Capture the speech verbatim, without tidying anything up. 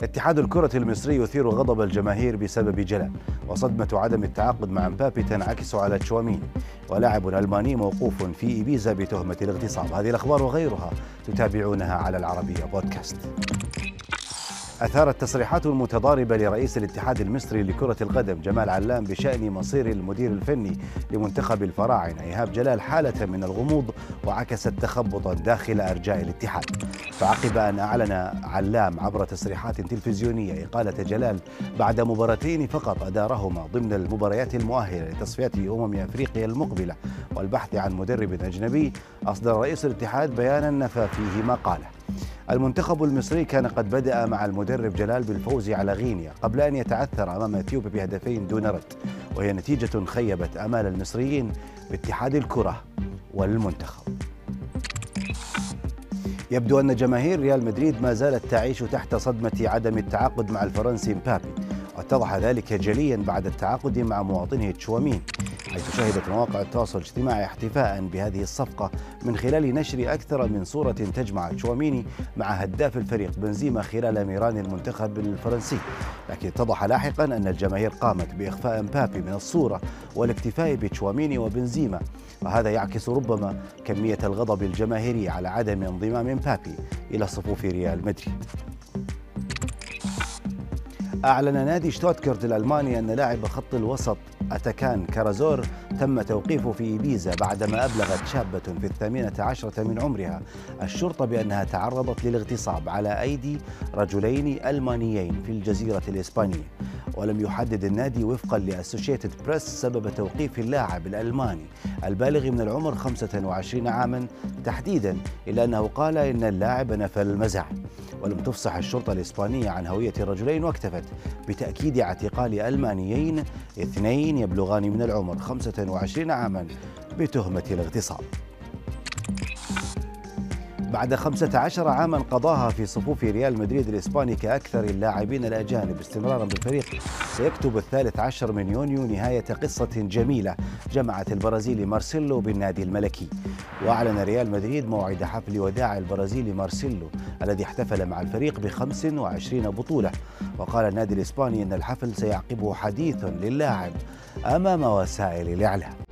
اتحاد الكرة المصري يثير غضب الجماهير بسبب جلال، وصدمة عدم التعاقد مع مبابي تنعكس على تشواميني، ولاعب ألماني موقوف في إيبيزا بتهمة الاغتصاب. هذه الأخبار وغيرها تتابعونها على العربية بودكاست. أثارت تصريحات متضاربة لرئيس الاتحاد المصري لكرة القدم جمال علام بشأن مصير المدير الفني لمنتخب الفراعنة إيهاب جلال حالة من الغموض، وعكست تخبطا داخل أرجاء الاتحاد. فعقب أن أعلن علام عبر تصريحات تلفزيونية إقالة جلال بعد مباراتين فقط أدارهما ضمن المباريات المؤهلة لتصفيات أمم أفريقيا المقبلة والبحث عن مدرب أجنبي، أصدر رئيس الاتحاد بيانا نفى فيه ما قاله. المنتخب المصري كان قد بدأ مع المدرب جلال بالفوز على غينيا قبل أن يتعثر أمام اثيوبيا بهدفين دون رد، وهي نتيجة خيبت آمال المصريين باتحاد الكرة والمنتخب. يبدو أن جماهير ريال مدريد ما زالت تعيش تحت صدمة عدم التعاقد مع الفرنسي مبابي، واتضح ذلك جليا بعد التعاقد مع مواطنه تشوامين، حيث شهدت مواقع التواصل الاجتماعي احتفاء بهذه الصفقة من خلال نشر أكثر من صورة تجمع تشواميني مع هداف الفريق بنزيما خلال ميران المنتخب الفرنسي. لكن اتضح لاحقا أن الجماهير قامت بإخفاء مبابي من الصورة والاكتفاء بتشواميني وبنزيما، وهذا يعكس ربما كمية الغضب الجماهيري على عدم انضمام مبابي إلى صفوف ريال مدريد. أعلن نادي شتوتغارت الألماني أن لاعب خط الوسط أتاكان كارازور تم توقيفه في إيبيزا بعدما أبلغت شابة في الثامنة عشرة من عمرها الشرطة بأنها تعرضت للاغتصاب على أيدي رجلين ألمانيين في الجزيرة الإسبانية. ولم يحدد النادي وفقا لأسوشيتد بريس سبب توقيف اللاعب الألماني البالغ من العمر خمسة وعشرين عاما تحديدا، إلا أنه قال إن اللاعب نفى المزاعم. ولم تفصح الشرطة الإسبانية عن هوية الرجلين، واكتفت بتأكيد اعتقال ألمانيين اثنين يبلغان من العمر خمسة وعشرين عاما بتهمة الاغتصاب. بعد خمسة عشر عاما قضاها في صفوف ريال مدريد الإسباني كأكثر اللاعبين الأجانب استمرارا بالفريق، سيكتب الثالث عشر من يونيو نهاية قصة جميلة جمعت البرازيلي مارسيلو بالنادي الملكي. وأعلن ريال مدريد موعد حفل وداع البرازيلي مارسيلو الذي احتفل مع الفريق بخمس وعشرين بطولة. وقال النادي الإسباني أن الحفل سيعقبه حديث للاعب أمام وسائل الإعلام.